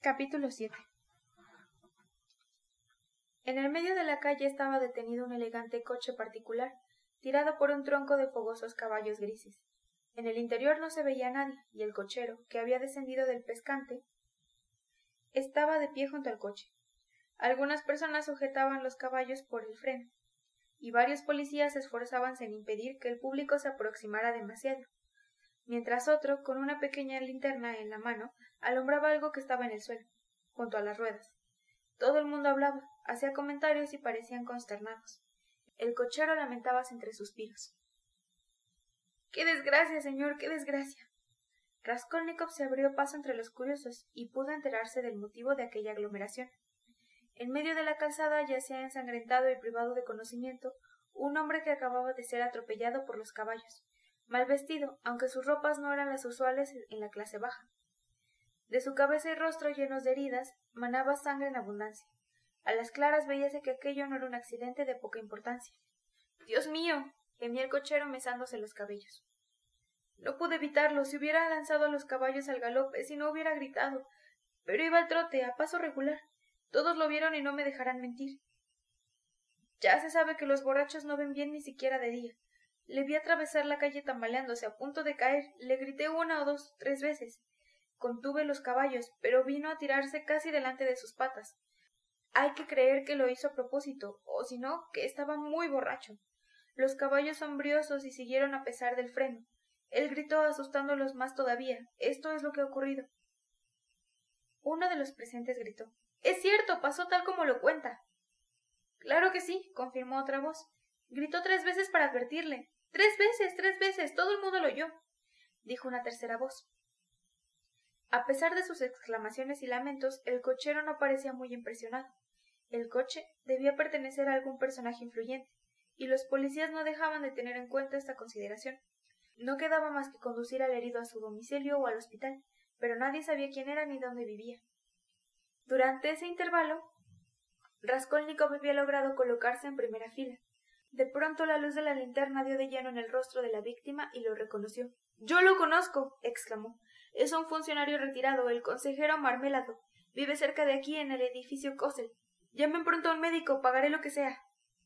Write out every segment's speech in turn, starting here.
Capítulo 7. En el medio de la calle estaba detenido un elegante coche particular, tirado por un tronco de fogosos caballos grises. En el interior no se veía nadie, y el cochero, que había descendido del pescante, estaba de pie junto al coche. Algunas personas sujetaban los caballos por el freno, y varios policías se esforzaban en impedir que el público se aproximara demasiado, mientras otro, con una pequeña linterna en la mano, alumbraba algo que estaba en el suelo, junto a las ruedas. Todo el mundo hablaba, hacía comentarios y parecían consternados. El cochero lamentábase entre suspiros. —¡Qué desgracia, señor! ¡Qué desgracia! Raskolnikov se abrió paso entre los curiosos y pudo enterarse del motivo de aquella aglomeración. En medio de la calzada yacía ensangrentado y privado de conocimiento un hombre que acababa de ser atropellado por los caballos, mal vestido, aunque sus ropas no eran las usuales en la clase baja. De su cabeza y rostro llenos de heridas manaba sangre en abundancia. A las claras veíase que aquello no era un accidente de poca importancia. —¡Dios mío! —gemía el cochero mesándose los cabellos. No pude evitarlo, si hubiera lanzado a los caballos al galope, si no hubiera gritado. Pero iba al trote, a paso regular. Todos lo vieron y no me dejarán mentir. Ya se sabe que los borrachos no ven bien ni siquiera de día. Le vi atravesar la calle tambaleándose, a punto de caer. Le grité 1 o 2, 3 veces. Contuve los caballos, pero vino a tirarse casi delante de sus patas. Hay que creer que lo hizo a propósito, o si no, que estaba muy borracho. Los caballos son briosos y siguieron a pesar del freno. Él gritó asustándolos más todavía. Esto es lo que ha ocurrido. Uno de los presentes gritó. —¡Es cierto! Pasó tal como lo cuenta. —Claro que sí —confirmó otra voz—. Gritó 3 veces para advertirle. ¡3 veces! ¡3 veces! Todo el mundo lo oyó —dijo una tercera voz. A pesar de sus exclamaciones y lamentos, el cochero no parecía muy impresionado. El coche debía pertenecer a algún personaje influyente, y los policías no dejaban de tener en cuenta esta consideración. No quedaba más que conducir al herido a su domicilio o al hospital, pero nadie sabía quién era ni dónde vivía. Durante ese intervalo, Raskolnikov había logrado colocarse en primera fila. De pronto la luz de la linterna dio de lleno en el rostro de la víctima y lo reconoció. —¡Yo lo conozco! —exclamó. —Es un funcionario retirado, el consejero Marmeladov. Vive cerca de aquí, en el edificio Kossel. Llamen pronto a un médico, pagaré lo que sea.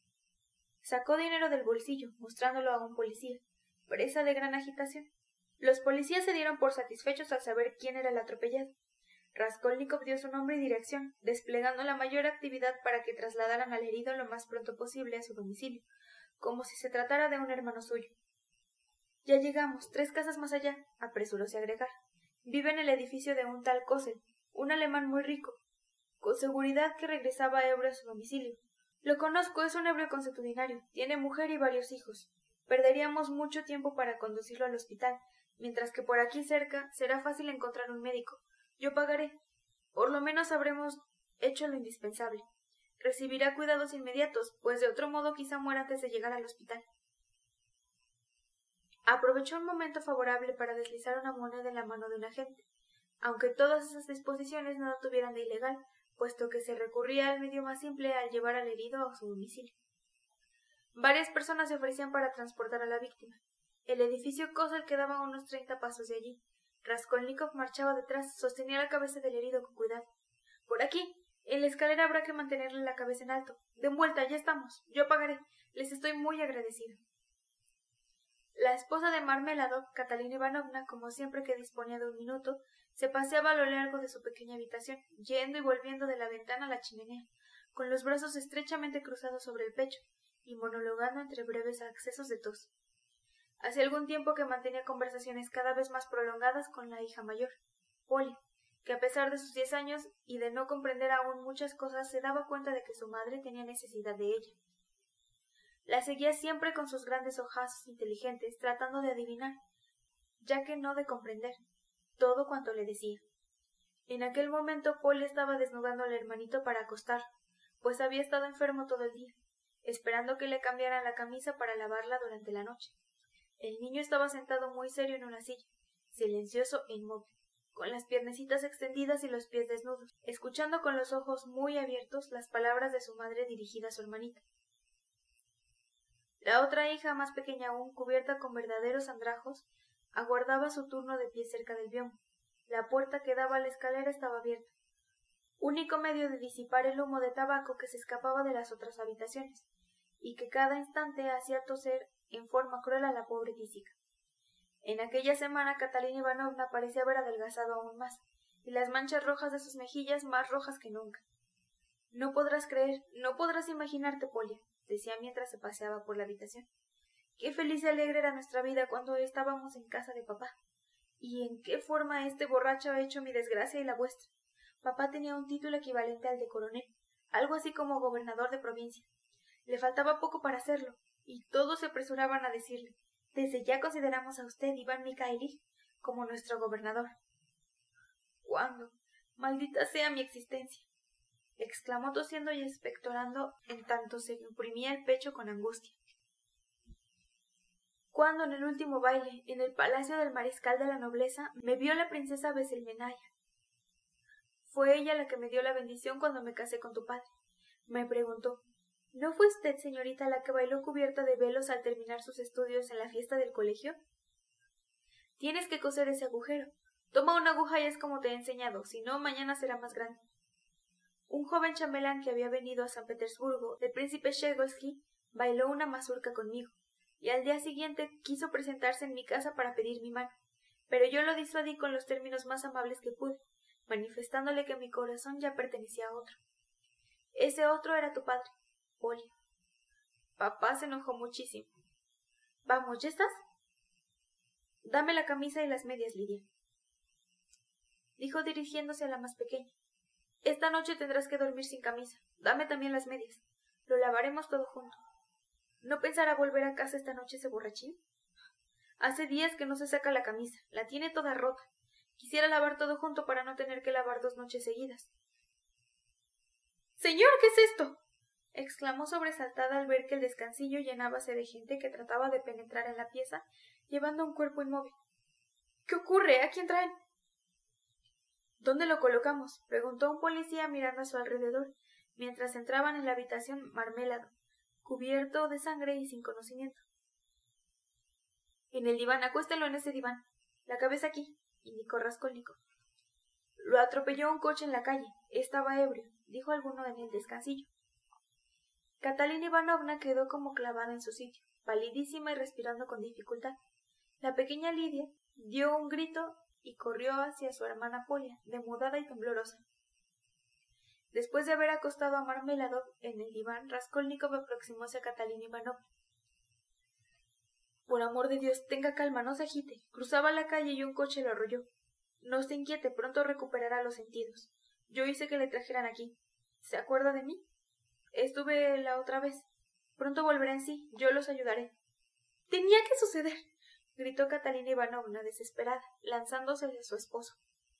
Sacó dinero del bolsillo, mostrándolo a un policía, presa de gran agitación. Los policías se dieron por satisfechos al saber quién era el atropellado. Raskolnikov dio su nombre y dirección, desplegando la mayor actividad para que trasladaran al herido lo más pronto posible a su domicilio, como si se tratara de un hermano suyo. —Ya llegamos, 3 casas más allá —apresuróse a agregar—. Vive en el edificio de un tal Kossel, un alemán muy rico. Con seguridad que regresaba ebrio a su domicilio. Lo conozco, es un ebrio consuetudinario, tiene mujer y varios hijos. Perderíamos mucho tiempo para conducirlo al hospital, mientras que por aquí cerca será fácil encontrar un médico. Yo pagaré. Por lo menos habremos hecho lo indispensable. Recibirá cuidados inmediatos, pues de otro modo quizá muera antes de llegar al hospital. Aprovechó un momento favorable para deslizar una moneda en la mano de un agente, aunque todas esas disposiciones nada tuvieran de ilegal, puesto que se recurría al medio más simple al llevar al herido a su domicilio. Varias personas se ofrecían para transportar a la víctima. El edificio Kossel quedaba a unos 30 pasos de allí. Raskolnikov marchaba detrás, sostenía la cabeza del herido con cuidado. —Por aquí. En la escalera habrá que mantenerle la cabeza en alto. Den vuelta, ya estamos. Yo pagaré. Les estoy muy agradecido. La esposa de Marmeladov, Catalina Ivanovna, como siempre que disponía de un minuto, se paseaba a lo largo de su pequeña habitación, yendo y volviendo de la ventana a la chimenea, con los brazos estrechamente cruzados sobre el pecho, y monologando entre breves accesos de tos. Hacía algún tiempo que mantenía conversaciones cada vez más prolongadas con la hija mayor, Polly, que a pesar de sus 10 años y de no comprender aún muchas cosas, se daba cuenta de que su madre tenía necesidad de ella. La seguía siempre con sus grandes ojazos inteligentes, tratando de adivinar, ya que no de comprender, todo cuanto le decía. En aquel momento Polly estaba desnudando al hermanito para acostarlo, pues había estado enfermo todo el día, esperando que le cambiaran la camisa para lavarla durante la noche. El niño estaba sentado muy serio en una silla, silencioso e inmóvil, con las piernecitas extendidas y los pies desnudos, escuchando con los ojos muy abiertos las palabras de su madre dirigidas a su hermanita. La otra hija, más pequeña aún, cubierta con verdaderos andrajos, aguardaba su turno de pie cerca del biombo. La puerta que daba a la escalera estaba abierta. único medio de disipar el humo de tabaco que se escapaba de las otras habitaciones, y que cada instante hacía toser en forma cruel a la pobre tísica. En aquella semana Catalina Ivanovna parecía haber adelgazado aún más, y las manchas rojas de sus mejillas más rojas que nunca. No podrás creer, no podrás imaginarte, Polia, decía mientras se paseaba por la habitación. Qué feliz y alegre era nuestra vida cuando estábamos en casa de papá. Y en qué forma este borracho ha hecho mi desgracia y la vuestra. Papá tenía un título equivalente al de coronel, algo así como gobernador de provincia. Le faltaba poco para hacerlo, y todos se apresuraban a decirle: desde ya consideramos a usted, Iván Mikhailich, como nuestro gobernador. ¿Cuándo? Maldita sea mi existencia, exclamó tosiendo y expectorando en tanto se imprimía el pecho con angustia. Cuando en el último baile, en el palacio del mariscal de la nobleza, me vio la princesa Beselmenaya. Fue ella la que me dio la bendición cuando me casé con tu padre. Me preguntó: ¿no fue usted, señorita, la que bailó cubierta de velos al terminar sus estudios en la fiesta del colegio? Tienes que coser ese agujero. Toma una aguja y es como te he enseñado, si no, mañana será más grande. Un joven chambelán que había venido a San Petersburgo, el príncipe Chergosky, bailó una mazurca conmigo, y al día siguiente quiso presentarse en mi casa para pedir mi mano, pero yo lo disuadí con los términos más amables que pude, manifestándole que mi corazón ya pertenecía a otro. Ese otro era tu padre, Polia. Papá se enojó muchísimo. Vamos, ¿ya estás? Dame la camisa y las medias, Lidia, dijo dirigiéndose a la más pequeña. Esta noche tendrás que dormir sin camisa. Dame también las medias. Lo lavaremos todo junto. ¿No pensará volver a casa esta noche ese borrachín? Hace días que no se saca la camisa. La tiene toda rota. Quisiera lavar todo junto para no tener que lavar 2 noches seguidas. —¡Señor, qué es esto! —exclamó sobresaltada al ver que el descansillo llenábase de gente que trataba de penetrar en la pieza, llevando un cuerpo inmóvil. —¿Qué ocurre? ¿A quién traen? —¿Dónde lo colocamos? —preguntó un policía mirando a su alrededor, mientras entraban en la habitación Marmélado, cubierto de sangre y sin conocimiento. —En el diván, acuéstelo en ese diván. La cabeza aquí —indicó Raskolnikov. —Lo atropelló un coche en la calle. Estaba ebrio —dijo alguno en el descansillo. Catalina Ivanovna quedó como clavada en su sitio, palidísima y respirando con dificultad. La pequeña Lidia dio un grito y corrió hacia su hermana Polia, demudada y temblorosa. Después de haber acostado a Marmeladov en el diván, Raskolnikov aproximóse a Catalina Ivanovna. —Por amor de Dios, tenga calma, no se agite. Cruzaba la calle y un coche lo arrolló. No se inquiete, pronto recuperará los sentidos. Yo hice que le trajeran aquí. ¿Se acuerda de mí? Estuve la otra vez. Pronto volverá en sí. Yo los ayudaré. —¡Tenía que suceder! —gritó Catalina Ivanovna, desesperada, lanzándose a su esposo.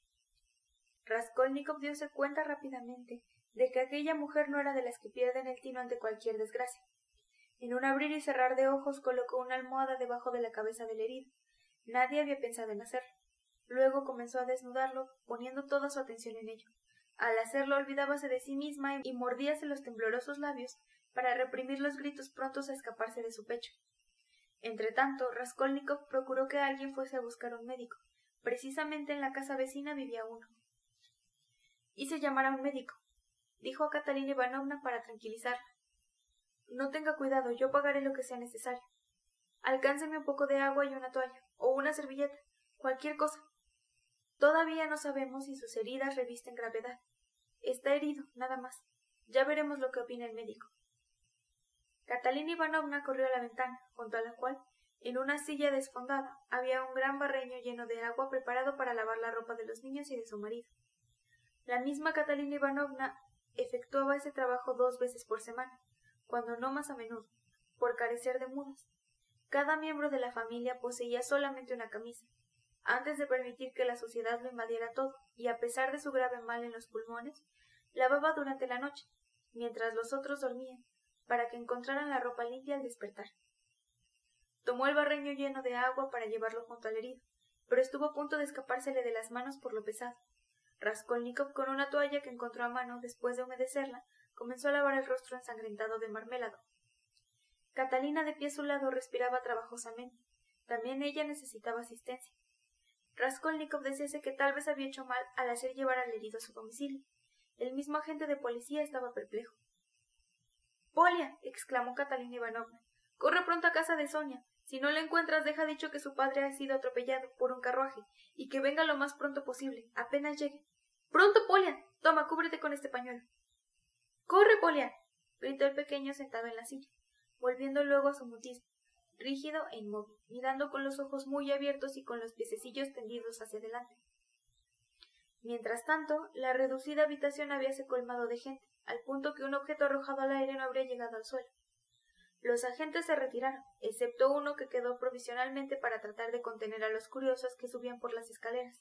Raskolnikov diose cuenta rápidamente de que aquella mujer no era de las que pierden el tino ante cualquier desgracia. En un abrir y cerrar de ojos colocó una almohada debajo de la cabeza del herido. Nadie había pensado en hacerlo. Luego comenzó a desnudarlo, poniendo toda su atención en ello. Al hacerlo olvidábase de sí misma y mordíase los temblorosos labios para reprimir los gritos prontos a escaparse de su pecho. Entretanto, Raskolnikov procuró que alguien fuese a buscar un médico. Precisamente en la casa vecina vivía uno. —Hice llamar a un médico —dijo a Catalina Ivanovna para tranquilizarla—. No tenga cuidado, yo pagaré lo que sea necesario. Alcánceme un poco de agua y una toalla, o una servilleta, cualquier cosa. Todavía no sabemos si sus heridas revisten gravedad. Está herido, nada más. Ya veremos lo que opina el médico. Catalina Ivanovna corrió a la ventana, junto a la cual, en una silla desfondada, había un gran barreño lleno de agua preparado para lavar la ropa de los niños y de su marido. La misma Catalina Ivanovna efectuaba ese trabajo 2 veces por semana, cuando no más a menudo, por carecer de mudas. Cada miembro de la familia poseía solamente una camisa, antes de permitir que la suciedad lo invadiera todo, y a pesar de su grave mal en los pulmones, lavaba durante la noche, mientras los otros dormían, para que encontraran la ropa limpia al despertar. Tomó el barreño lleno de agua para llevarlo junto al herido, pero estuvo a punto de escapársele de las manos por lo pesado. Raskolnikov, con una toalla que encontró a mano después de humedecerla, comenzó a lavar el rostro ensangrentado de Marmélado. Catalina, de pie a su lado, respiraba trabajosamente. También ella necesitaba asistencia. Raskolnikov decíase que tal vez había hecho mal al hacer llevar al herido a su domicilio, El mismo agente de policía estaba perplejo. —¡Polia! —exclamó Catalina Ivanovna—, corre pronto a casa de Sonia. Si no la encuentras, deja dicho que su padre ha sido atropellado por un carruaje y que venga lo más pronto posible, apenas llegue. —¡Pronto, Polia! Toma, cúbrete con este pañuelo. —¡Corre, Polia! —gritó el pequeño sentado en la silla, volviendo luego a su mutismo, rígido e inmóvil, mirando con los ojos muy abiertos y con los piececillos tendidos hacia adelante. Mientras tanto, la reducida habitación habíase colmado de gente, al punto que un objeto arrojado al aire no habría llegado al suelo. Los agentes se retiraron, excepto uno que quedó provisionalmente para tratar de contener a los curiosos que subían por las escaleras.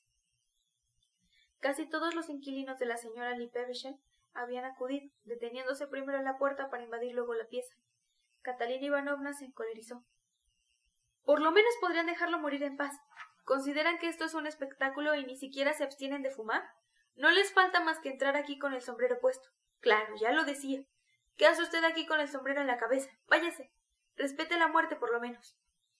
Casi todos los inquilinos de la señora Lippevchen habían acudido, deteniéndose primero en la puerta para invadir luego la pieza. Catalina Ivanovna se encolerizó. Por lo menos podrían dejarlo morir en paz. ¿Consideran que esto es un espectáculo y ni siquiera se abstienen de fumar? No les falta más que entrar aquí con el sombrero puesto. Claro, ya lo decía. ¿Qué hace usted aquí con el sombrero en la cabeza? Váyase. Respete la muerte por lo menos.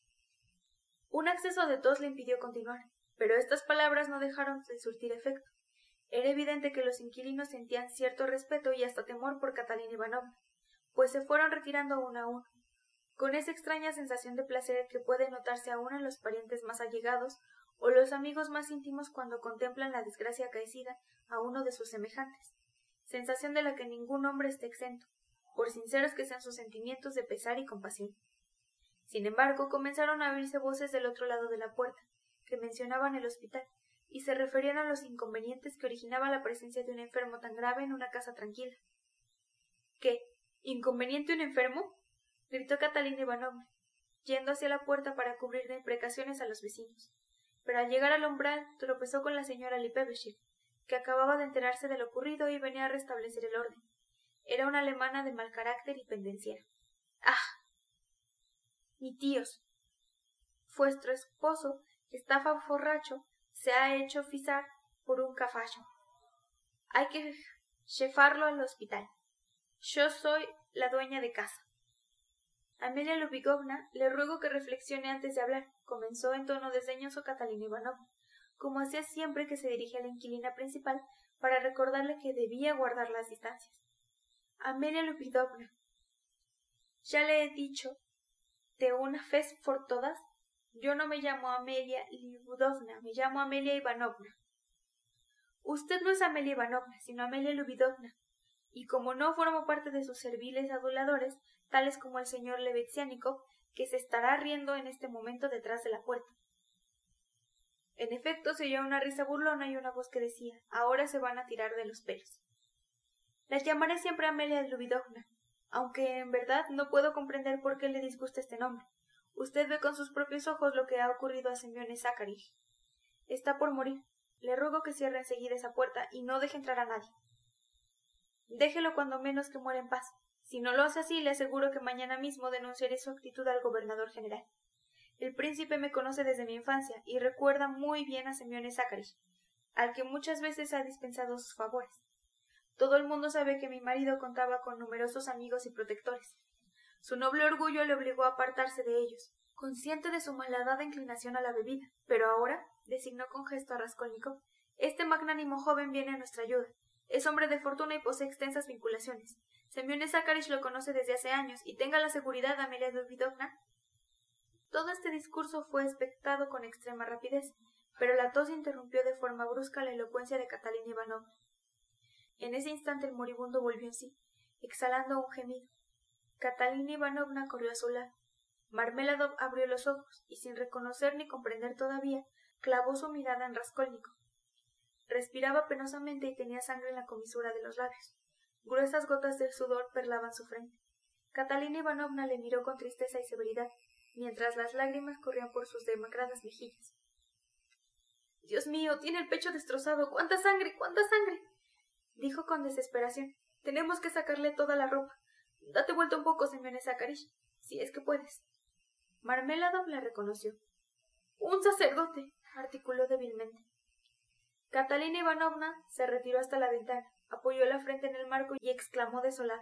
Un acceso de tos le impidió continuar, pero estas palabras no dejaron de surtir efecto. Era evidente que los inquilinos sentían cierto respeto y hasta temor por Catalina Ivanovna, pues se fueron retirando uno a uno, con esa extraña sensación de placer que puede notarse aún en los parientes más allegados o los amigos más íntimos cuando contemplan la desgracia acaecida a uno de sus semejantes, sensación de la que ningún hombre está exento, por sinceros que sean sus sentimientos de pesar y compasión. Sin embargo, comenzaron a oírse voces del otro lado de la puerta, que mencionaban el hospital, y se referían a los inconvenientes que originaba la presencia de un enfermo tan grave en una casa tranquila. —¿Qué? ¿Inconveniente un enfermo? —gritó Catalina Ivanovna, yendo hacia la puerta para cubrir de imprecaciones a los vecinos. Pero al llegar al umbral tropezó con la señora Lippevchen, que acababa de enterarse de lo ocurrido y venía a restablecer el orden. Era una alemana de mal carácter y pendenciera. —¡Ah! Mi tíos, vuestro esposo, que está borracho, se ha hecho fisar por un caballo. Hay que llevarlo al hospital. Yo soy la dueña de casa. Amelia Lubigovna, le ruego que reflexione antes de hablar, comenzó en tono desdeñoso Catalina Ivanovna, como hacía siempre que se dirigía a la inquilina principal para recordarle que debía guardar las distancias. Amelia Lubigovna, ya le he dicho de una vez por todas, yo no me llamo Amelia Lubigovna, me llamo Amelia Ivanovna. Usted no es Amelia Ivanovna, sino Amelia Lubigovna, y como no formo parte de sus serviles aduladores, tales como el señor Lebezianikov, que se estará riendo en este momento detrás de la puerta. En efecto, se oyó una risa burlona y una voz que decía, ahora se van a tirar de los pelos. La llamaré siempre Amelia Lubigovna, aunque en verdad no puedo comprender por qué le disgusta este nombre. Usted ve con sus propios ojos lo que ha ocurrido a Semyon Zakharich. Está por morir. Le ruego que cierre enseguida esa puerta y no deje entrar a nadie. Déjelo cuando menos que muera en paz. Si no lo hace así, le aseguro que mañana mismo denunciaré su actitud al gobernador general. El príncipe me conoce desde mi infancia y recuerda muy bien a Semyon Zakharich, al que muchas veces ha dispensado sus favores. Todo el mundo sabe que mi marido contaba con numerosos amigos y protectores. Su noble orgullo le obligó a apartarse de ellos, consciente de su malhadada inclinación a la bebida. Pero ahora, designó con gesto a Raskolnikov, este magnánimo joven viene a nuestra ayuda. Es hombre de fortuna y posee extensas vinculaciones. Semyon Zakharich lo conoce desde hace años, y tenga la seguridad, Amelia Lubigovna. Todo este discurso fue expectado con extrema rapidez, pero la tos interrumpió de forma brusca la elocuencia de Catalina Ivanovna. En ese instante el moribundo volvió en sí, exhalando un gemido. Catalina Ivanovna corrió a su lado. Marmeladov abrió los ojos, y sin reconocer ni comprender todavía, clavó su mirada en Raskolnikov. Respiraba penosamente y tenía sangre en la comisura de los labios. Gruesas gotas de sudor perlaban su frente. Catalina Ivanovna le miró con tristeza y severidad, mientras las lágrimas corrían por sus demacradas mejillas. —Dios mío, tiene el pecho destrozado. ¡Cuánta sangre! ¡Cuánta sangre! —dijo con desesperación. —Tenemos que sacarle toda la ropa. Date vuelta un poco, Semyon Zakharich, si es que puedes. Marmeladov la reconoció. —¡Un sacerdote! —articuló débilmente. Catalina Ivanovna se retiró hasta la ventana, apoyó la frente en el marco y exclamó desolada.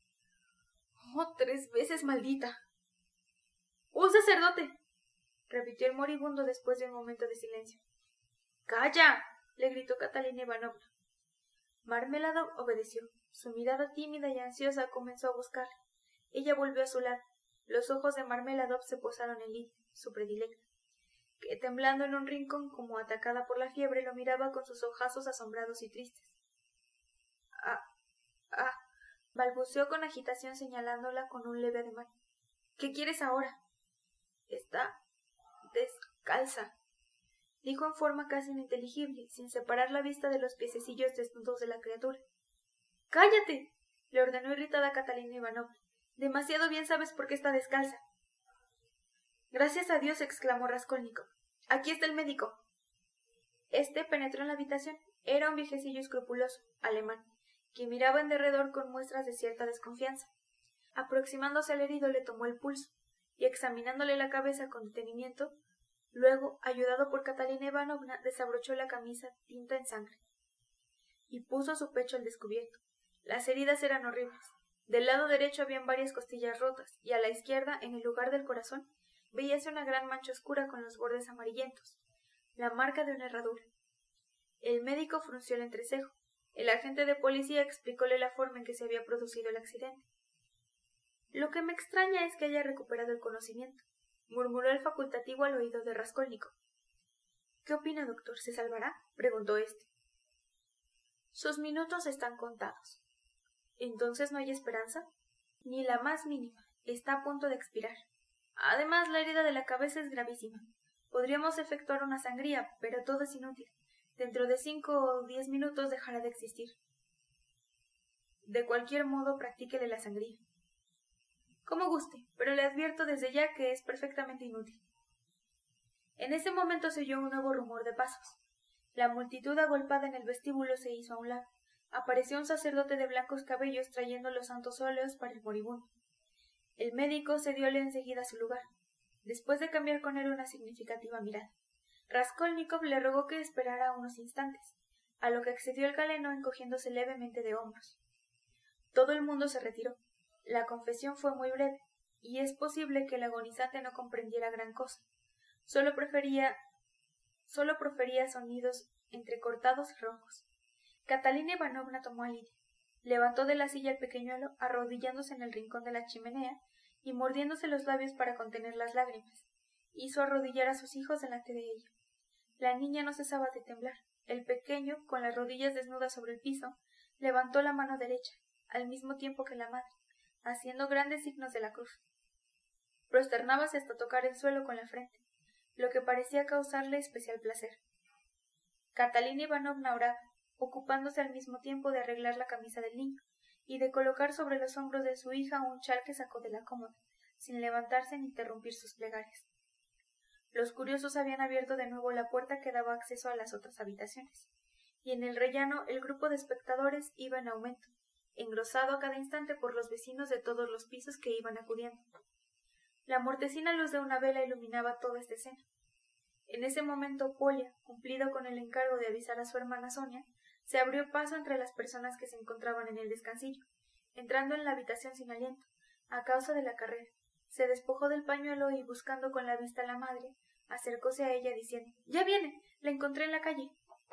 —¡Oh, 3 veces maldita! —¡Un sacerdote! —repitió el moribundo después de un momento de silencio. —¡Calla! —le gritó Catalina Ivanovna. Marmeladov obedeció. Su mirada tímida y ansiosa comenzó a buscarle. Ella volvió a su lado. Los ojos de Marmeladov se posaron en Lidia, su predilecta, que temblando en un rincón como atacada por la fiebre lo miraba con sus ojazos asombrados y tristes. Ah, balbuceó con agitación señalándola con un leve ademán. ¿Qué quieres ahora? Está descalza, dijo en forma casi ininteligible, sin separar la vista de los piececillos desnudos de la criatura. ¡Cállate!, le ordenó irritada Catalina Ivanovna. Demasiado bien sabes por qué está descalza. Gracias a Dios, exclamó Raskolnikov. Aquí está el médico. Este penetró en la habitación. Era un viejecillo escrupuloso, alemán, que miraba en derredor con muestras de cierta desconfianza. Aproximándose al herido le tomó el pulso, y examinándole la cabeza con detenimiento, luego, ayudado por Catalina Ivanovna, desabrochó la camisa tinta en sangre, y puso su pecho al descubierto. Las heridas eran horribles. Del lado derecho habían varias costillas rotas, y a la izquierda, en el lugar del corazón, veíase una gran mancha oscura con los bordes amarillentos, la marca de una herradura. El médico frunció el entrecejo. El agente de policía explicóle la forma en que se había producido el accidente. Lo que me extraña es que haya recuperado el conocimiento, murmuró el facultativo al oído de Raskolnikov. ¿Qué opina, doctor? ¿Se salvará?, preguntó éste. Sus minutos están contados. ¿Entonces no hay esperanza? Ni la más mínima. Está a punto de expirar. Además, la herida de la cabeza es gravísima. Podríamos efectuar una sangría, pero todo es inútil. Dentro de 5 o 10 minutos dejará de existir. De cualquier modo, practíquele la sangría. Como guste, pero le advierto desde ya que es perfectamente inútil. En ese momento se oyó un nuevo rumor de pasos. La multitud agolpada en el vestíbulo se hizo a un lado. Apareció un sacerdote de blancos cabellos trayendo los santos óleos para el moribundo. El médico cedióle enseguida su lugar, después de cambiar con él una significativa mirada. Raskolnikov le rogó que esperara unos instantes, a lo que accedió el galeno encogiéndose levemente de hombros. Todo el mundo se retiró. La confesión fue muy breve, y es posible que el agonizante no comprendiera gran cosa. Solo profería sonidos entrecortados y roncos. Catalina Ivanovna tomó a Lidia, levantó de la silla al pequeñuelo, arrodillándose en el rincón de la chimenea y mordiéndose los labios para contener las lágrimas. Hizo arrodillar a sus hijos delante de ella. La niña no cesaba de temblar. El pequeño, con las rodillas desnudas sobre el piso, levantó la mano derecha, al mismo tiempo que la madre, haciendo grandes signos de la cruz. Prosternábase hasta tocar el suelo con la frente, lo que parecía causarle especial placer. Catalina Ivanovna oraba, ocupándose al mismo tiempo de arreglar la camisa del niño y de colocar sobre los hombros de su hija un chal que sacó de la cómoda, sin levantarse ni interrumpir sus plegarias. Los curiosos habían abierto de nuevo la puerta que daba acceso a las otras habitaciones, y en el rellano el grupo de espectadores iba en aumento, engrosado a cada instante por los vecinos de todos los pisos que iban acudiendo. La mortecina luz de una vela iluminaba toda esta escena. En ese momento Polia, cumplido con el encargo de avisar a su hermana Sonia, se abrió paso entre las personas que se encontraban en el descansillo, entrando en la habitación sin aliento, a causa de la carrera. Se despojó del pañuelo y, buscando con la vista a la madre, acercóse a ella diciendo: «¡Ya viene! La encontré en la calle».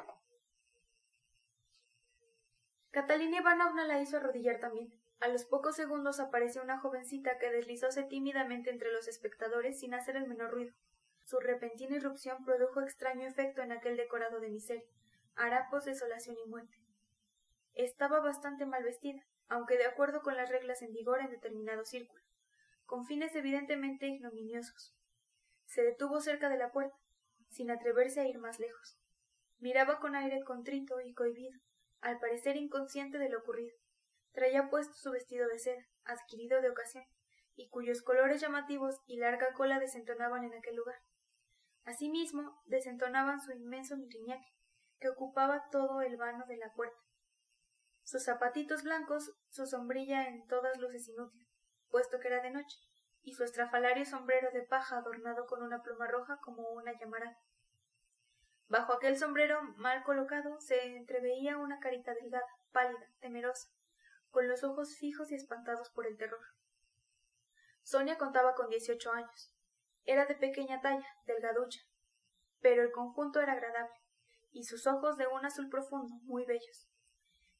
Catalina Ivanovna la hizo arrodillar también. A los pocos segundos apareció una jovencita que deslizóse tímidamente entre los espectadores sin hacer el menor ruido. Su repentina irrupción produjo extraño efecto en aquel decorado de miseria, harapos, desolación y muerte. Estaba bastante mal vestida, aunque de acuerdo con las reglas en vigor en determinado círculo, con fines evidentemente ignominiosos. Se detuvo cerca de la puerta, sin atreverse a ir más lejos. Miraba con aire contrito y cohibido, al parecer inconsciente de lo ocurrido. Traía puesto su vestido de seda, adquirido de ocasión, y cuyos colores llamativos y larga cola desentonaban en aquel lugar. Asimismo, desentonaban su inmenso miriñaque, que ocupaba todo el vano de la puerta, sus zapatitos blancos, su sombrilla en todas luces inútil, puesto que era de noche, y su estrafalario sombrero de paja adornado con una pluma roja como una llamarada. Bajo aquel sombrero mal colocado se entreveía una carita delgada, pálida, temerosa, con los ojos fijos y espantados por el terror. Sonia contaba con 18 años. Era de pequeña talla, delgaducha, pero el conjunto era agradable, y sus ojos de un azul profundo, muy bellos.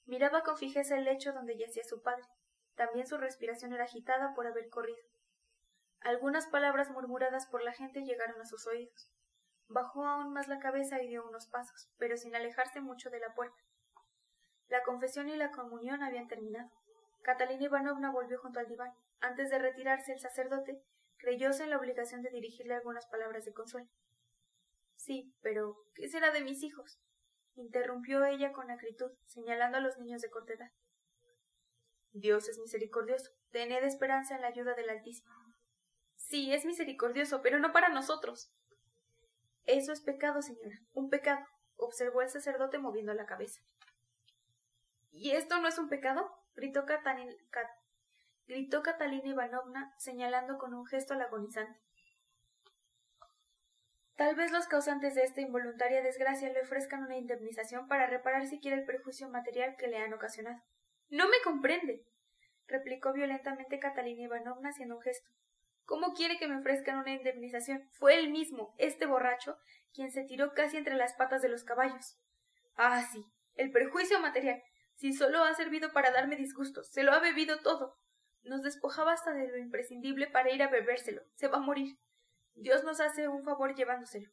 Miraba con fijeza el lecho donde yacía su padre. También su respiración era agitada por haber corrido. Algunas palabras murmuradas por la gente llegaron a sus oídos. Bajó aún más la cabeza y dio unos pasos, pero sin alejarse mucho de la puerta. La confesión y la comunión habían terminado. Catalina Ivanovna volvió junto al diván. Antes de retirarse, el sacerdote creyóse en la obligación de dirigirle algunas palabras de consuelo. Sí, pero ¿qué será de mis hijos? Interrumpió ella con acritud, señalando a los niños de corta edad. Dios es misericordioso. Tened esperanza en la ayuda del Altísimo. Sí, es misericordioso, pero no para nosotros. Eso es pecado, señora, un pecado, observó el sacerdote moviendo la cabeza. ¿Y esto no es un pecado? Gritó Catalina Ivanovna, señalando con un gesto al agonizante. Tal vez los causantes de esta involuntaria desgracia le ofrezcan una indemnización para reparar siquiera el perjuicio material que le han ocasionado. —¡No me comprende! —replicó violentamente Catalina Ivanovna haciendo un gesto. ¿Cómo quiere que me ofrezcan una indemnización? Fue él mismo, este borracho, quien se tiró casi entre las patas de los caballos. Ah, sí, el perjuicio material. Si solo ha servido para darme disgustos, se lo ha bebido todo. Nos despojaba hasta de lo imprescindible para ir a bebérselo. Se va a morir. Dios nos hace un favor llevándoselo.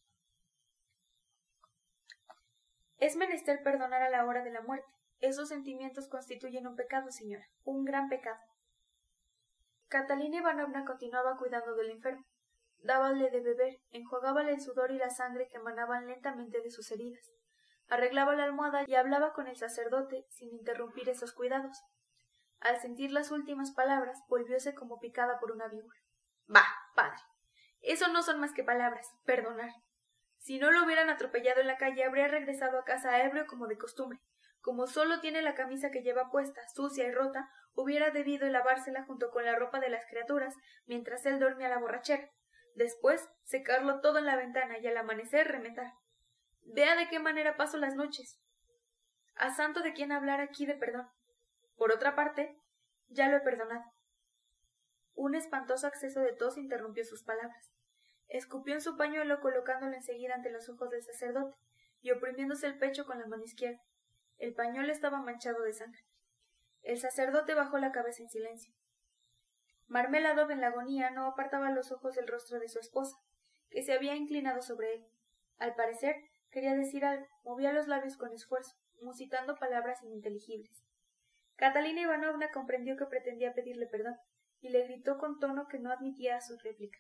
Es menester perdonar a la hora de la muerte. Esos sentimientos constituyen un pecado, señora, un gran pecado. Catalina Ivanovna continuaba cuidando del enfermo. Dábale de beber, enjuagábale el sudor y la sangre que emanaban lentamente de sus heridas. Arreglaba la almohada y hablaba con el sacerdote sin interrumpir esos cuidados. Al sentir las últimas palabras, volvióse como picada por una víbora. Bah, padre, eso no son más que palabras, perdonar. Si no lo hubieran atropellado en la calle, habría regresado a casa ebrio como de costumbre. Como solo tiene la camisa que lleva puesta, sucia y rota, hubiera debido lavársela junto con la ropa de las criaturas, mientras él dormía a la borrachera. Después, secarlo todo en la ventana y al amanecer remendar. Vea de qué manera paso las noches. A santo de quien hablar aquí de perdón. Por otra parte, ya lo he perdonado. Un espantoso acceso de tos interrumpió sus palabras. Escupió en su pañuelo colocándolo enseguida ante los ojos del sacerdote y oprimiéndose el pecho con la mano izquierda. El pañuelo estaba manchado de sangre. El sacerdote bajó la cabeza en silencio. Marmeladov en la agonía no apartaba los ojos del rostro de su esposa, que se había inclinado sobre él. Al parecer, quería decir algo, movía los labios con esfuerzo, musitando palabras ininteligibles. Catalina Ivanovna comprendió que pretendía pedirle perdón, y le gritó con tono que no admitía su réplica.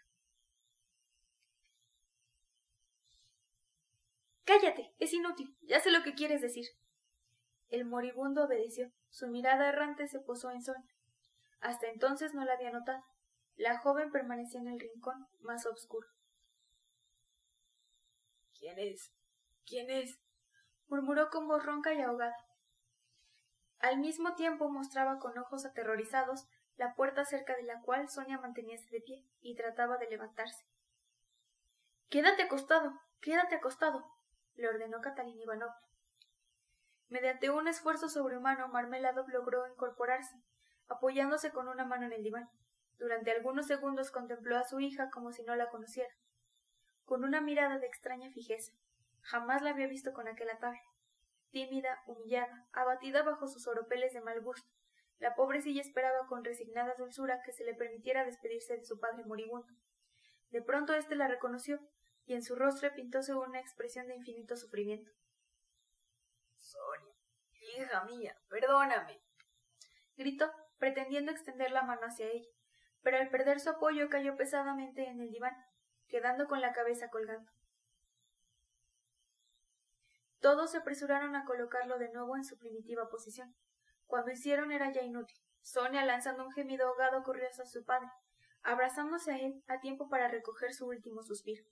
—¡Cállate! Es inútil. Ya sé lo que quieres decir. El moribundo obedeció. Su mirada errante se posó en Sonia. Hasta entonces no la había notado. La joven permanecía en el rincón más oscuro. —¿Quién es? ¿Quién es? —murmuró con voz ronca y ahogada. Al mismo tiempo mostraba con ojos aterrorizados la puerta cerca de la cual Sonia manteníase de pie y trataba de levantarse. —¡Quédate acostado! ¡Quédate acostado! —le ordenó Catalina Ivanovna. Mediante un esfuerzo sobrehumano, Marmeladov logró incorporarse, apoyándose con una mano en el diván. Durante algunos segundos contempló a su hija como si no la conociera, con una mirada de extraña fijeza. Jamás la había visto con aquel ataque. Tímida, humillada, abatida bajo sus oropeles de mal gusto, la pobrecilla esperaba con resignada dulzura que se le permitiera despedirse de su padre moribundo. De pronto éste la reconoció, y en su rostro pintóse una expresión de infinito sufrimiento. —Sonia, hija mía, perdóname —gritó, pretendiendo extender la mano hacia ella, pero al perder su apoyo cayó pesadamente en el diván, quedando con la cabeza colgando. Todos se apresuraron a colocarlo de nuevo en su primitiva posición. Cuando hicieron era ya inútil. Sonia, lanzando un gemido ahogado, corrió hacia su padre, abrazándose a él a tiempo para recoger su último suspiro.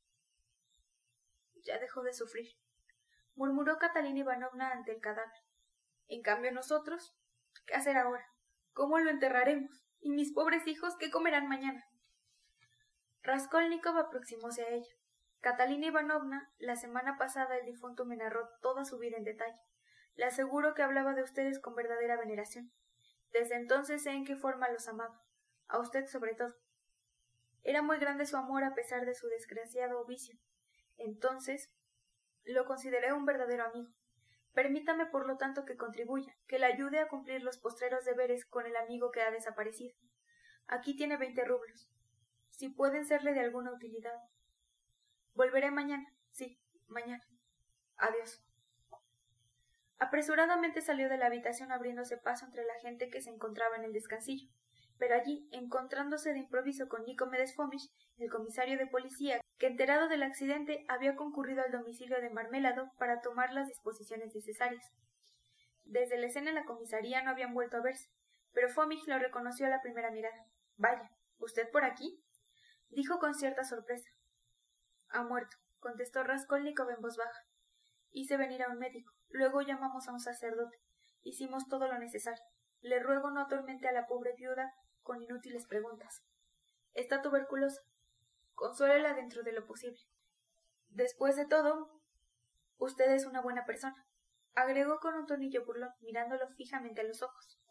—Ya dejó de sufrir —murmuró Catalina Ivanovna ante el cadáver. En cambio nosotros, ¿qué hacer ahora? ¿Cómo lo enterraremos? ¿Y mis pobres hijos qué comerán mañana? Raskolnikov aproximóse a ella. Catalina Ivanovna, la semana pasada el difunto me narró toda su vida en detalle. Le aseguro que hablaba de ustedes con verdadera veneración. Desde entonces sé en qué forma los amaba, a usted sobre todo. Era muy grande su amor a pesar de su desgraciado vicio. Entonces lo consideré un verdadero amigo. Permítame por lo tanto que contribuya, que le ayude a cumplir los postreros deberes con el amigo que ha desaparecido. Aquí tiene 20 rublos. Si pueden serle de alguna utilidad. Volveré mañana. Sí, mañana. Adiós. Apresuradamente salió de la habitación abriéndose paso entre la gente que se encontraba en el descansillo. Pero allí, encontrándose de improviso con Nicomedes Fomitch, el comisario de policía, que enterado del accidente había concurrido al domicilio de Marmelado para tomar las disposiciones necesarias. Desde la escena en la comisaría no habían vuelto a verse, pero Fomitch lo reconoció a la primera mirada. «Vaya, ¿usted por aquí?», dijo con cierta sorpresa. «Ha muerto», contestó Raskolnikov en voz baja. «Hice venir a un médico, luego llamamos a un sacerdote. Hicimos todo lo necesario. Le ruego no atormente a la pobre viuda con inútiles preguntas. Está tuberculosa. Consuélela dentro de lo posible. Después de todo, usted es una buena persona», agregó con un tonillo burlón, mirándolo fijamente a los ojos.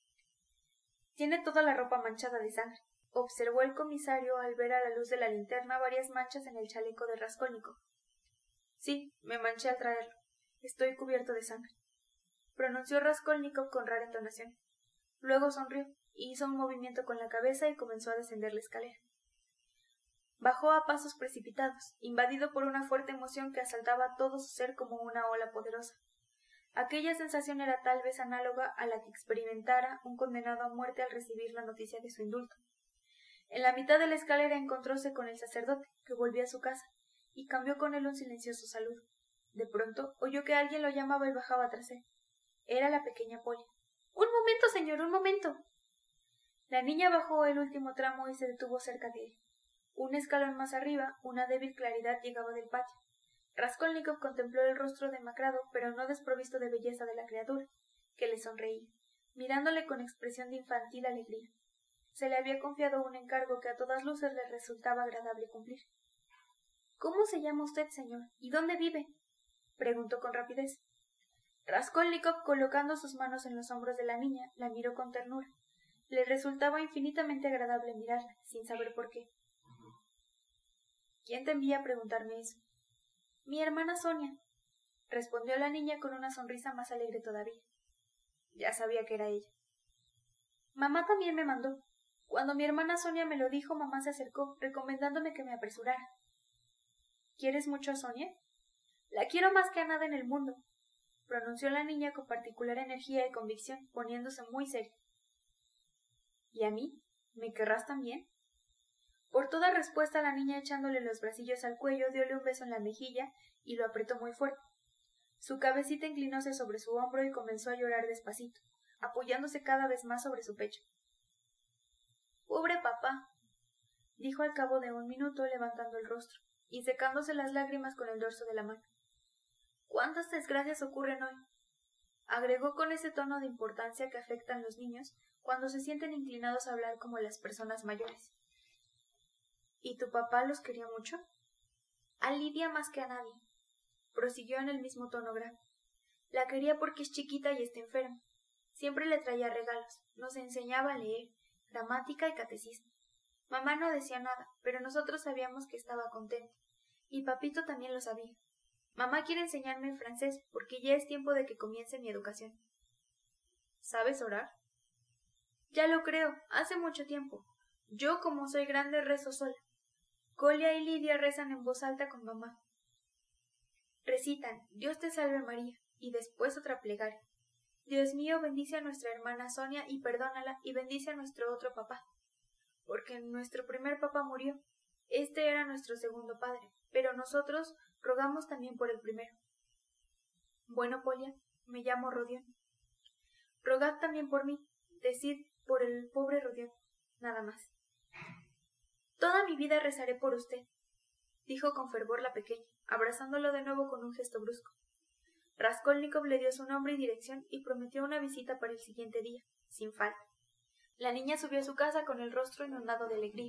«Tiene toda la ropa manchada de sangre», observó el comisario al ver a la luz de la linterna varias manchas en el chaleco de Raskolnikov. «Sí, me manché al traerlo. Estoy cubierto de sangre», pronunció Raskolnikov con rara entonación. Luego sonrió, hizo un movimiento con la cabeza y comenzó a descender la escalera. Bajó a pasos precipitados, invadido por una fuerte emoción que asaltaba todo su ser como una ola poderosa. Aquella sensación era tal vez análoga a la que experimentara un condenado a muerte al recibir la noticia de su indulto. En la mitad de la escalera encontróse con el sacerdote, que volvía a su casa, y cambió con él un silencioso saludo. De pronto oyó que alguien lo llamaba y bajaba tras él. Era la pequeña Polly. «¡Un momento, señor, un momento!». La niña bajó el último tramo y se detuvo cerca de él. Un escalón más arriba, una débil claridad llegaba del patio. Raskolnikov contempló el rostro demacrado, pero no desprovisto de belleza de la criatura, que le sonreía, mirándole con expresión de infantil alegría. Se le había confiado un encargo que a todas luces le resultaba agradable cumplir. «¿Cómo se llama usted, señor? ¿Y dónde vive?», preguntó con rapidez. Raskolnikov, colocando sus manos en los hombros de la niña, la miró con ternura. Le resultaba infinitamente agradable mirarla, sin saber por qué. «¿Quién te envía a preguntarme eso?». «Mi hermana Sonia», respondió la niña con una sonrisa más alegre todavía. Ya sabía que era ella. «Mamá también me mandó. Cuando mi hermana Sonia me lo dijo, mamá se acercó, recomendándome que me apresurara». «¿Quieres mucho a Sonia?». «La quiero más que a nada en el mundo», pronunció la niña con particular energía y convicción, poniéndose muy seria. «¿Y a mí? ¿Me querrás también?». Por toda respuesta, la niña, echándole los bracillos al cuello, diole un beso en la mejilla y lo apretó muy fuerte. Su cabecita inclinóse sobre su hombro y comenzó a llorar despacito, apoyándose cada vez más sobre su pecho. «Pobre papá», dijo al cabo de un minuto, levantando el rostro y secándose las lágrimas con el dorso de la mano. «¿Cuántas desgracias ocurren hoy?», agregó con ese tono de importancia que afectan los niños cuando se sienten inclinados a hablar como las personas mayores. «¿Y tu papá los quería mucho?». «A Lidia más que a nadie», prosiguió en el mismo tono grave. «La quería porque es chiquita y está enferma. Siempre le traía regalos, nos enseñaba a leer, gramática y catecismo. Mamá no decía nada, pero nosotros sabíamos que estaba contenta, y papito también lo sabía. Mamá quiere enseñarme el francés, porque ya es tiempo de que comience mi educación». «¿Sabes orar?». «Ya lo creo, hace mucho tiempo. Yo, como soy grande, rezo sola. Colia y Lidia rezan en voz alta con mamá. Recitan, Dios te salve María, y después otra plegaria. Dios mío, bendice a nuestra hermana Sonia y perdónala, y bendice a nuestro otro papá. Porque nuestro primer papá murió. Este era nuestro segundo padre, pero nosotros rogamos también por el primero. Bueno, Polia, me llamo Rodión. Rogad también por mí, decid por el pobre Rodión, nada más». «Toda mi vida rezaré por usted», dijo con fervor la pequeña, abrazándolo de nuevo con un gesto brusco. Raskolnikov le dio su nombre y dirección y prometió una visita para el siguiente día, sin falta. La niña subió a su casa con el rostro inundado de alegría.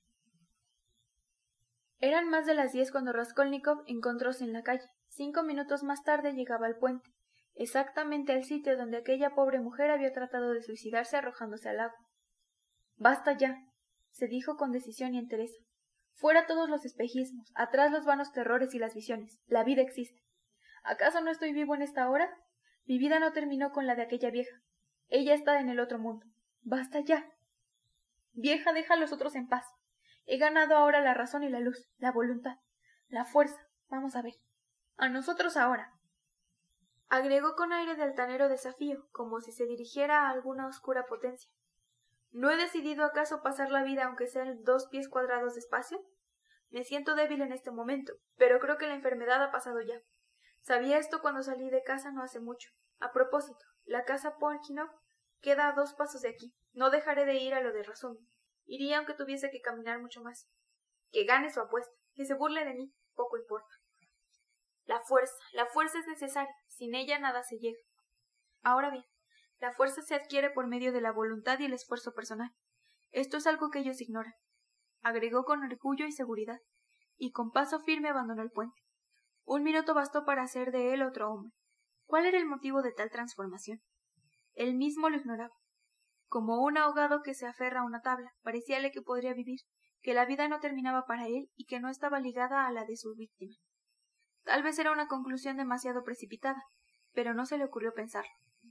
Eran más de las 10 cuando Raskolnikov encontróse en la calle. 5 minutos más tarde llegaba al puente, exactamente al sitio donde aquella pobre mujer había tratado de suicidarse arrojándose al agua. «Basta ya», se dijo con decisión y entereza. «Fuera todos los espejismos, atrás los vanos terrores y las visiones. La vida existe. ¿Acaso no estoy vivo en esta hora? Mi vida no terminó con la de aquella vieja. Ella está en el otro mundo. ¡Basta ya! Vieja, deja a los otros en paz. He ganado ahora la razón y la luz, la voluntad, la fuerza. Vamos a ver. A nosotros ahora. Agregó con aire de altanero desafío, como si se dirigiera a alguna oscura potencia. ¿No he decidido acaso pasar la vida aunque sea en 2 pies cuadrados de espacio? Me siento débil en este momento, pero creo que la enfermedad ha pasado ya. Sabía esto cuando salí de casa no hace mucho. A propósito, la casa Polkinov queda a 2 pasos de aquí. No dejaré de ir a lo de Razumi. Iría aunque tuviese que caminar mucho más. Que gane su apuesta, que se burle de mí, poco importa. La fuerza es necesaria. Sin ella nada se llega. Ahora bien, la fuerza se adquiere por medio de la voluntad y el esfuerzo personal. Esto es algo que ellos ignoran. Agregó con orgullo y seguridad, y con paso firme abandonó el puente. 1 minuto bastó para hacer de él otro hombre. ¿Cuál era el motivo de tal transformación? Él mismo lo ignoraba. Como un ahogado que se aferra a una tabla, parecíale que podría vivir, que la vida no terminaba para él y que no estaba ligada a la de su víctima. Tal vez era una conclusión demasiado precipitada, pero no se le ocurrió pensarlo.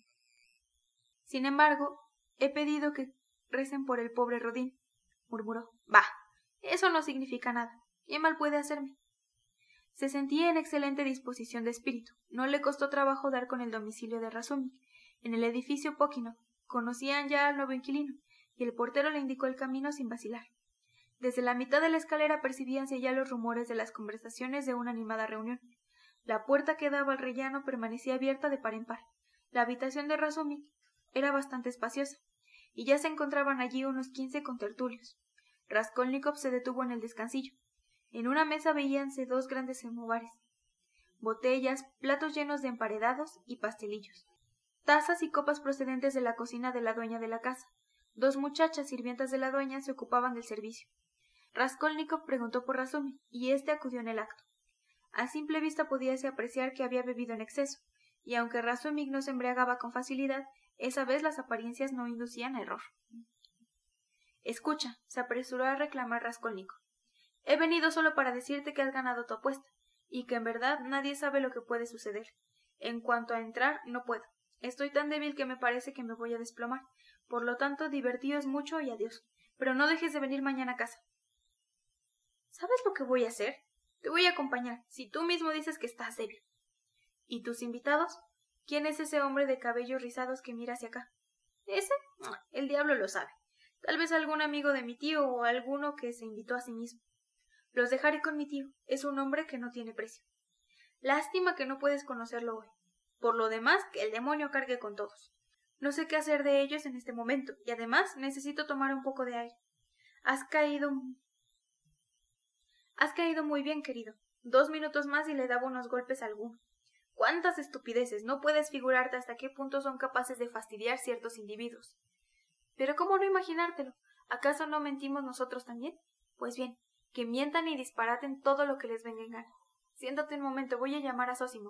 Sin embargo, he pedido que recen por el pobre Rodin, murmuró. Bah, eso no significa nada. ¿Qué mal puede hacerme? Se sentía en excelente disposición de espíritu. No le costó trabajo dar con el domicilio de Razumi, en el edificio Pokino. Conocían ya al nuevo inquilino, y el portero le indicó el camino sin vacilar. Desde la mitad de la escalera percibíanse ya los rumores de las conversaciones de una animada reunión. La puerta que daba al rellano permanecía abierta de par en par. La habitación de Razumi era bastante espaciosa, y ya se encontraban allí unos 15 contertulios. Raskolnikov se detuvo en el descansillo. En una mesa veíanse 2 grandes samovares, botellas, platos llenos de emparedados y pastelillos, tazas y copas procedentes de la cocina de la dueña de la casa. 2 muchachas sirvientas de la dueña se ocupaban del servicio. Raskolnikov preguntó por Razumi, y éste acudió en el acto. A simple vista podíase apreciar que había bebido en exceso, y aunque Razumik no se embriagaba con facilidad, esa vez las apariencias no inducían a error. Escucha, se apresuró a reclamar Raskolnikov. He venido solo para decirte que has ganado tu apuesta, y que en verdad nadie sabe lo que puede suceder. En cuanto a entrar, no puedo. Estoy tan débil que me parece que me voy a desplomar. Por lo tanto, divertíos mucho y adiós. Pero no dejes de venir mañana a casa. ¿Sabes lo que voy a hacer? Te voy a acompañar, si tú mismo dices que estás débil. ¿Y tus invitados? ¿Quién es ese hombre de cabellos rizados que mira hacia acá? ¿Ese? El diablo lo sabe. Tal vez algún amigo de mi tío o alguno que se invitó a sí mismo. Los dejaré con mi tío. Es un hombre que no tiene precio. Lástima que no puedes conocerlo hoy. Por lo demás, que el demonio cargue con todos. No sé qué hacer de ellos en este momento, y además necesito tomar un poco de aire. Has caído muy bien, querido. 2 minutos más y le daba unos golpes a alguno. ¡Cuántas estupideces! No puedes figurarte hasta qué punto son capaces de fastidiar ciertos individuos. Pero ¿cómo no imaginártelo? ¿Acaso no mentimos nosotros también? Pues bien, que mientan y disparaten todo lo que les venga en gana. Siéntate un momento, voy a llamar a Zósimo.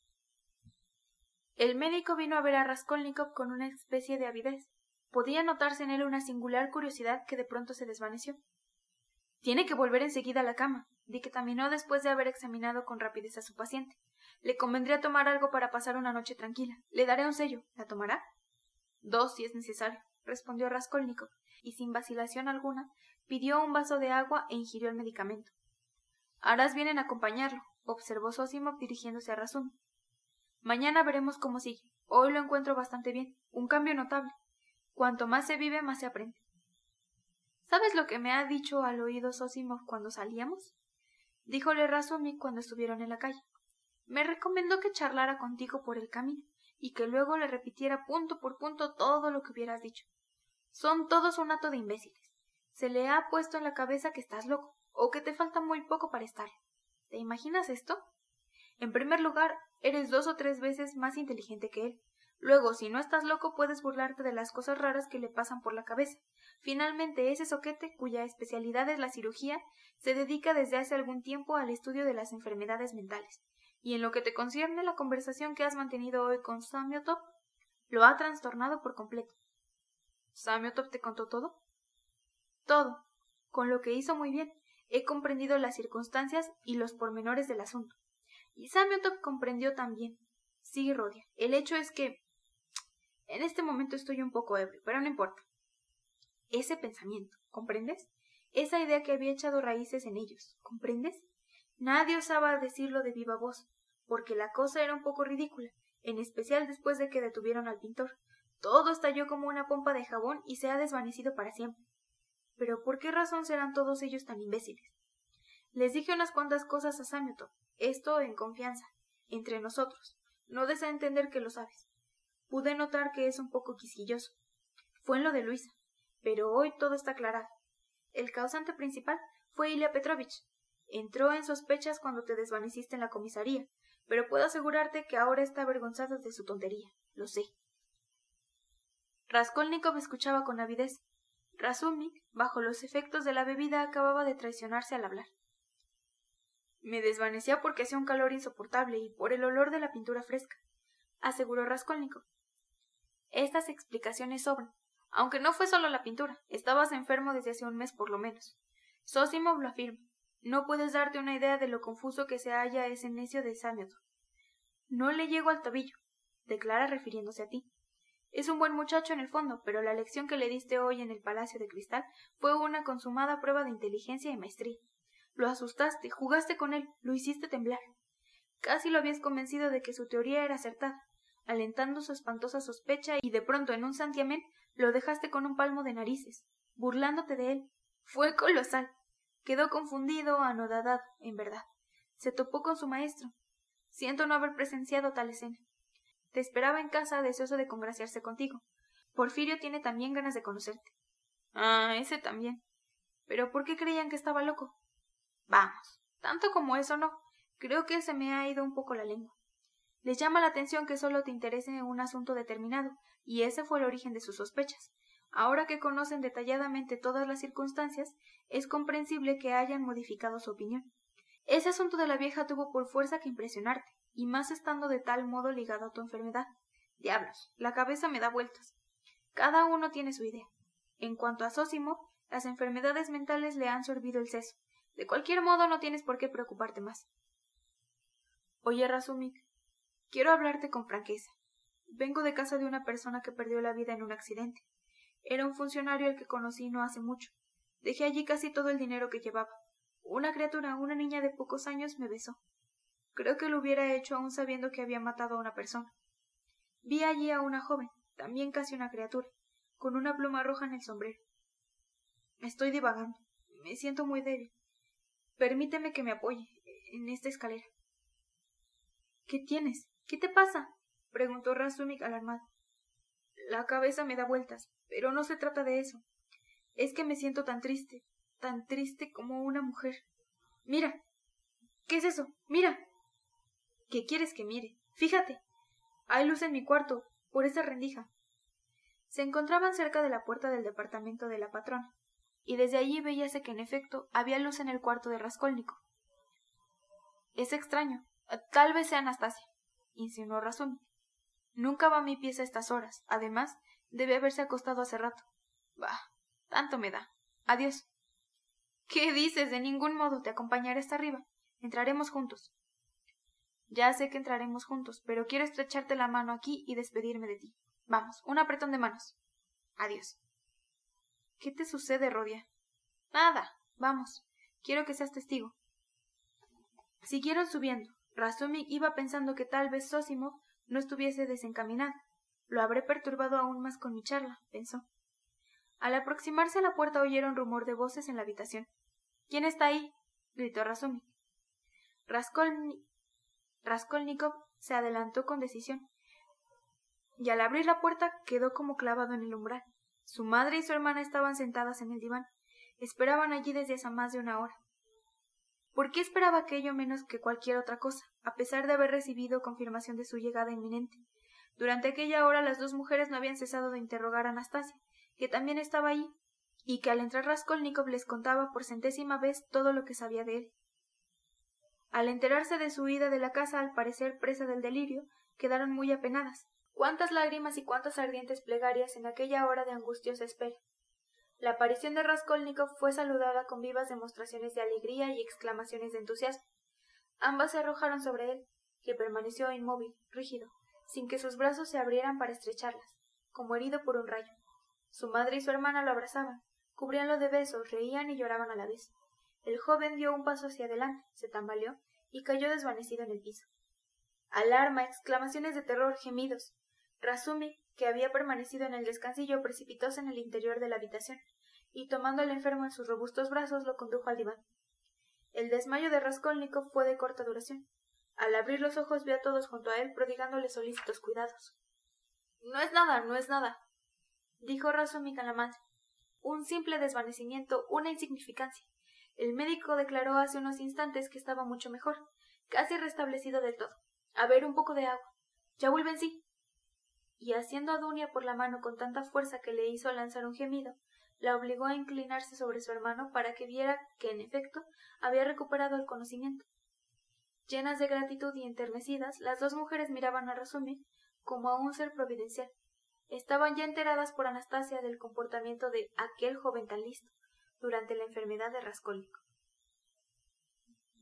El médico vino a ver a Raskolnikov con una especie de avidez. Podía notarse en él una singular curiosidad que de pronto se desvaneció. Tiene que volver enseguida a la cama, dictaminó después de haber examinado con rapidez a su paciente. Le convendría tomar algo para pasar una noche tranquila. Le daré un sello. ¿La tomará? 2 si es necesario, respondió Raskolnikov, y sin vacilación alguna pidió un vaso de agua e ingirió el medicamento. Harás bien en acompañarlo, observó Zósimo dirigiéndose a Razumi. Mañana veremos cómo sigue. Hoy lo encuentro bastante bien. Un cambio notable. Cuanto más se vive, más se aprende. ¿Sabes lo que me ha dicho al oído Zósimo cuando salíamos? Díjole Razumi cuando estuvieron en la calle. Me recomendó que charlara contigo por el camino y que luego le repitiera punto por punto todo lo que hubieras dicho. Son todos un hato de imbéciles. Se le ha puesto en la cabeza que estás loco, o que te falta muy poco para estarlo. ¿Te imaginas esto? En primer lugar, eres 2 o 3 veces más inteligente que él. Luego, si no estás loco, puedes burlarte de las cosas raras que le pasan por la cabeza. Finalmente, ese zoquete, cuya especialidad es la cirugía, se dedica desde hace algún tiempo al estudio de las enfermedades mentales. Y en lo que te concierne la conversación que has mantenido hoy con Samiotov, lo ha trastornado por completo. ¿Samiotov te contó todo? Todo. Con lo que hizo muy bien. He comprendido las circunstancias y los pormenores del asunto. Y Samiotov comprendió también. Sí, Rodia, el hecho es que en este momento estoy un poco ebrio, pero no importa. Ese pensamiento, ¿comprendes? Esa idea que había echado raíces en ellos, ¿comprendes? Nadie osaba decirlo de viva voz, porque la cosa era un poco ridícula, en especial después de que detuvieron al pintor. Todo estalló como una pompa de jabón y se ha desvanecido para siempre. Pero ¿por qué razón serán todos ellos tan imbéciles? Les dije unas cuantas cosas a Samiotov, esto en confianza, entre nosotros. No des a entender que lo sabes. Pude notar que es un poco quisquilloso. Fue en lo de Luisa, pero hoy todo está aclarado. El causante principal fue Ilya Petrovich. Entró en sospechas cuando te desvaneciste en la comisaría, pero puedo asegurarte que ahora está avergonzado de su tontería. Lo sé. Raskolnikov escuchaba con avidez. Razumik, bajo los efectos de la bebida, acababa de traicionarse al hablar. Me desvanecía porque hacía un calor insoportable y por el olor de la pintura fresca, aseguró Raskolnikov. Estas explicaciones sobran. Aunque no fue solo la pintura, estabas enfermo desde hace un mes por lo menos. Zosimov lo afirma. No puedes darte una idea de lo confuso que se halla ese necio de Samiotov. No le llego al tobillo, declara refiriéndose a ti. Es un buen muchacho en el fondo, pero la lección que le diste hoy en el Palacio de Cristal fue una consumada prueba de inteligencia y maestría. Lo asustaste, jugaste con él, lo hiciste temblar. Casi lo habías convencido de que su teoría era acertada, alentando su espantosa sospecha, y de pronto en un santiamén lo dejaste con un palmo de narices, burlándote de él. Fue colosal. Quedó confundido, anodadado, en verdad. Se topó con su maestro. Siento no haber presenciado tal escena. Te esperaba en casa, deseoso de congraciarse contigo. Porfirio tiene también ganas de conocerte. Ah, ese también. ¿Pero por qué creían que estaba loco? Vamos, tanto como eso no. Creo que se me ha ido un poco la lengua. Les llama la atención que solo te interese un asunto determinado, y ese fue el origen de sus sospechas. Ahora que conocen detalladamente todas las circunstancias, es comprensible que hayan modificado su opinión. Ese asunto de la vieja tuvo por fuerza que impresionarte, y más estando de tal modo ligado a tu enfermedad. Diablos, la cabeza me da vueltas. Cada uno tiene su idea. En cuanto a Zósimo, las enfermedades mentales le han sorbido el seso. De cualquier modo no tienes por qué preocuparte más. Oye, Razumik, quiero hablarte con franqueza. Vengo de casa de una persona que perdió la vida en un accidente. Era un funcionario al que conocí no hace mucho. Dejé allí casi todo el dinero que llevaba. Una criatura, una niña de pocos años, me besó. Creo que lo hubiera hecho aún sabiendo que había matado a una persona. Vi allí a una joven, también casi una criatura, con una pluma roja en el sombrero. Estoy divagando. Me siento muy débil. Permíteme que me apoye en esta escalera. ¿Qué tienes? ¿Qué te pasa? Preguntó Razumik alarmado. La cabeza me da vueltas, pero no se trata de eso. Es que me siento tan triste como una mujer. Mira. ¿Qué es eso? Mira. ¿Qué quieres que mire? Fíjate. Hay luz en mi cuarto, por esa rendija. Se encontraban cerca de la puerta del departamento de la patrona, y desde allí veíase que en efecto había luz en el cuarto de Raskolnikov. Es extraño. Tal vez sea Anastasia, insinuó Razumik. Nunca va a mi pieza a estas horas. Además, debe haberse acostado hace rato. Bah, tanto me da. Adiós. ¿Qué dices? De ningún modo. Te acompañaré hasta arriba. Entraremos juntos. Ya sé que entraremos juntos, pero quiero estrecharte la mano aquí y despedirme de ti. Vamos, un apretón de manos. Adiós. ¿Qué te sucede, Rodia? Nada. Vamos. Quiero que seas testigo. Siguieron subiendo. Razumik iba pensando que tal vez Zósimo no estuviese desencaminado. Lo habré perturbado aún más con mi charla, pensó. Al aproximarse a la puerta oyeron rumor de voces en la habitación. ¿Quién está ahí? Gritó Razumik. Raskolnikov se adelantó con decisión, y al abrir la puerta quedó como clavado en el umbral. Su madre y su hermana estaban sentadas en el diván. Esperaban allí desde hace más de una hora. ¿Por qué esperaba aquello menos que cualquier otra cosa, a pesar de haber recibido confirmación de su llegada inminente? Durante aquella hora las dos mujeres no habían cesado de interrogar a Anastasia, que también estaba allí, y que al entrar Raskolnikov les contaba por 100ª vez todo lo que sabía de él. Al enterarse de su huida de la casa, al parecer presa del delirio, quedaron muy apenadas. Cuántas lágrimas y cuántas ardientes plegarias en aquella hora de angustiosa espera. La aparición de Raskolnikov fue saludada con vivas demostraciones de alegría y exclamaciones de entusiasmo. Ambas se arrojaron sobre él, que permaneció inmóvil, rígido, sin que sus brazos se abrieran para estrecharlas, como herido por un rayo. Su madre y su hermana lo abrazaban, cubríanlo de besos, reían y lloraban a la vez. El joven dio un paso hacia adelante, se tambaleó y cayó desvanecido en el piso. Alarma, exclamaciones de terror, gemidos. Razumi, que había permanecido en el descansillo, precipitóse en el interior de la habitación, y tomando al enfermo en sus robustos brazos lo condujo al diván. El desmayo de Raskolnikov fue de corta duración. Al abrir los ojos vio a todos junto a él, prodigándole solícitos cuidados. No es nada, dijo Razumi con la madre. Un simple desvanecimiento, una insignificancia. El médico declaró hace unos instantes que estaba mucho mejor, casi restablecido del todo. A ver, un poco de agua. Ya vuelve en sí. Y haciendo a Dunia por la mano con tanta fuerza que le hizo lanzar un gemido, la obligó a inclinarse sobre su hermano para que viera que, en efecto, había recuperado el conocimiento. Llenas de gratitud y enternecidas, las dos mujeres miraban a Razumi como a un ser providencial. Estaban ya enteradas por Anastasia del comportamiento de aquel joven tan listo durante la enfermedad de Raskolnikov.